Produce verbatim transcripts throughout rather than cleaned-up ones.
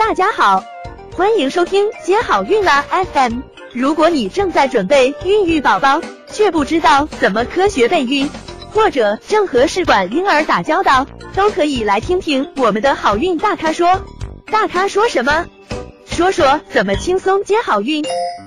大家好，欢迎收听接好运啦 F M。如果你正在准备孕育宝宝，却不知道怎么科学备孕，或者正和试管婴儿打交道，都可以来听听我们的好运大咖说。大咖说什么？说说怎么轻松接好运。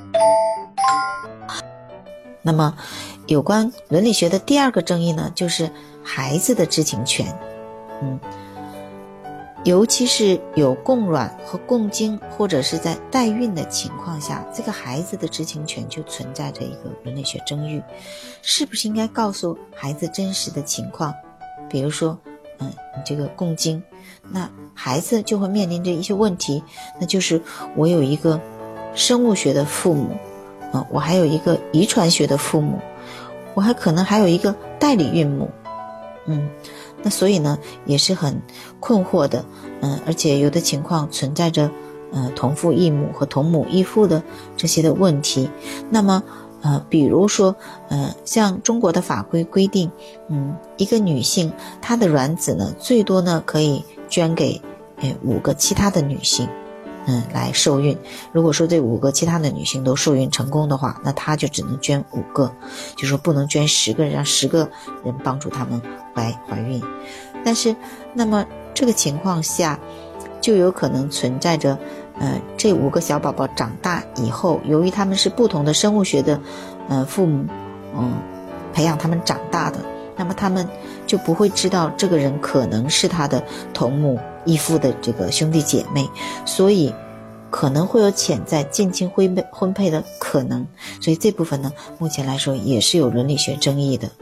那么有关伦理学的第二个争议呢，就是孩子的知情权。嗯，尤其是有供卵和供精或者是在代孕的情况下，这个孩子的知情权就存在着一个伦理学争议，是不是应该告诉孩子真实的情况？比如说嗯，你这个供精，那孩子就会面临着一些问题，那就是我有一个生物学的父母，嗯，我还有一个遗传学的父母，我还可能还有一个代理孕母。嗯，那所以呢也是很困惑的。嗯，而且有的情况存在着呃同父异母和同母异父的这些的问题。那么呃比如说呃像中国的法规规定，嗯一个女性她的卵子呢最多呢可以捐给呃五个其他的女性嗯来受孕。如果说这五个其他的女性都受孕成功的话，那她就只能捐五个，就说不能捐十个，让十个人帮助他们来怀孕。但是那么这个情况下就有可能存在着呃这五个小宝宝长大以后，由于他们是不同的生物学的呃父母嗯培养他们长大的，那么他们就不会知道这个人可能是他的同母异父的这个兄弟姐妹，所以可能会有潜在近亲婚配婚配的可能。所以这部分呢目前来说也是有伦理学争议的。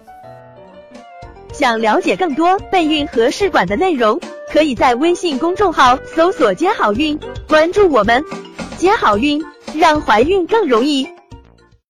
想了解更多备孕和试管的内容，可以在微信公众号搜索接好运，关注我们。接好运，让怀孕更容易。